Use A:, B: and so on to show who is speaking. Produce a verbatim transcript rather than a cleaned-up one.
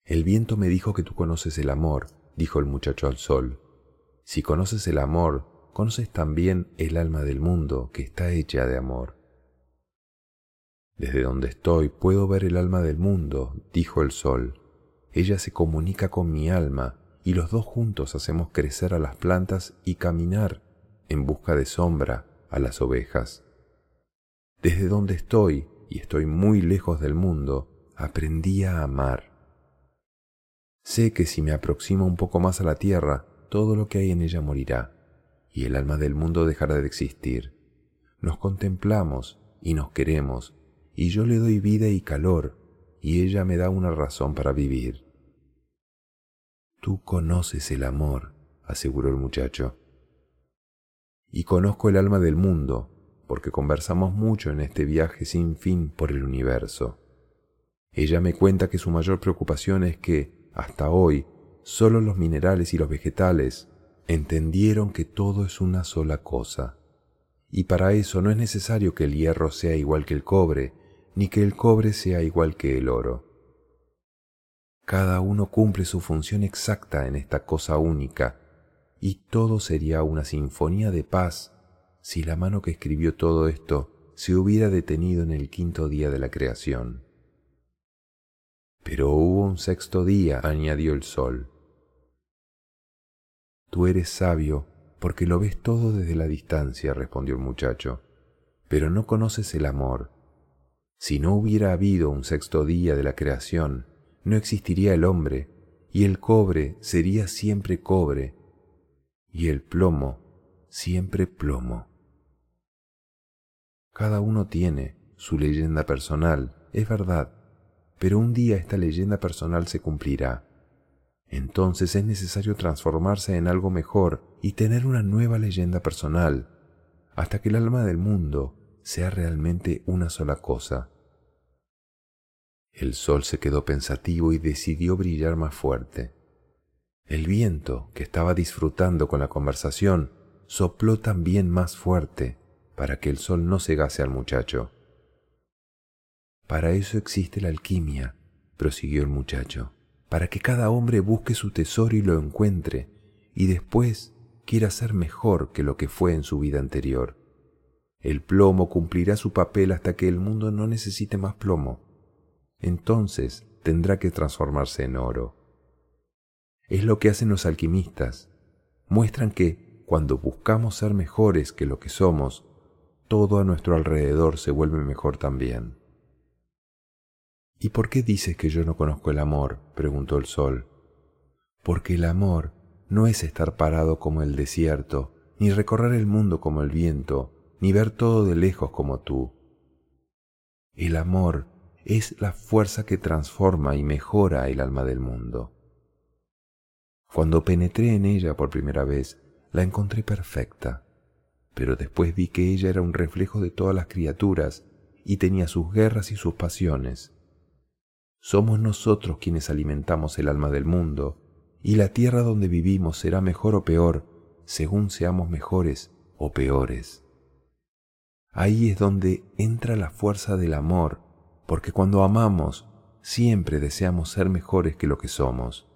A: El viento me dijo que tú conoces el amor, dijo el muchacho al sol. Si conoces el amor, conoces también el alma del mundo, que está hecha de amor. Desde donde estoy puedo ver el alma del mundo, dijo el sol. Ella se comunica con mi alma y los dos juntos hacemos crecer a las plantas y caminar en busca de sombra a las ovejas. Desde donde estoy, y estoy muy lejos del mundo, aprendí a amar. Sé que si me aproximo un poco más a la tierra, todo lo que hay en ella morirá, y el alma del mundo dejará de existir. Nos contemplamos y nos queremos, y yo le doy vida y calor, y ella me da una razón para vivir. Tú conoces el amor, aseguró el muchacho. Y conozco el alma del mundo, porque conversamos mucho en este viaje sin fin por el universo. Ella me cuenta que su mayor preocupación es que, hasta hoy, solo los minerales y los vegetales entendieron que todo es una sola cosa, y para eso no es necesario que el hierro sea igual que el cobre, ni que el cobre sea igual que el oro. Cada uno cumple su función exacta en esta cosa única, y todo sería una sinfonía de paz si la mano que escribió todo esto se hubiera detenido en el quinto día de la creación. Pero hubo un sexto día, añadió el sol. Tú eres sabio porque lo ves todo desde la distancia, respondió el muchacho, pero no conoces el amor. Si no hubiera habido un sexto día de la creación, no existiría el hombre, y el cobre sería siempre cobre, y el plomo siempre plomo. Cada uno tiene su leyenda personal, es verdad, pero un día esta leyenda personal se cumplirá. Entonces es necesario transformarse en algo mejor y tener una nueva leyenda personal, hasta que el alma del mundo sea realmente una sola cosa. El sol se quedó pensativo y decidió brillar más fuerte. El viento, que estaba disfrutando con la conversación, sopló también más fuerte para que el sol no cegase al muchacho. Para eso existe la alquimia, prosiguió el muchacho, para que cada hombre busque su tesoro y lo encuentre, y después quiera ser mejor que lo que fue en su vida anterior. El plomo cumplirá su papel hasta que el mundo no necesite más plomo. Entonces tendrá que transformarse en oro. Es lo que hacen los alquimistas. Muestran que, cuando buscamos ser mejores que lo que somos, todo a nuestro alrededor se vuelve mejor también. ¿Y por qué dices que yo no conozco el amor?, preguntó el sol. Porque el amor no es estar parado como el desierto, ni recorrer el mundo como el viento, ni ver todo de lejos como tú. El amor es la fuerza que transforma y mejora el alma del mundo. Cuando penetré en ella por primera vez, la encontré perfecta, pero después vi que ella era un reflejo de todas las criaturas y tenía sus guerras y sus pasiones. Somos nosotros quienes alimentamos el alma del mundo, y la tierra donde vivimos será mejor o peor, según seamos mejores o peores. Ahí es donde entra la fuerza del amor, porque cuando amamos, siempre deseamos ser mejores que lo que somos.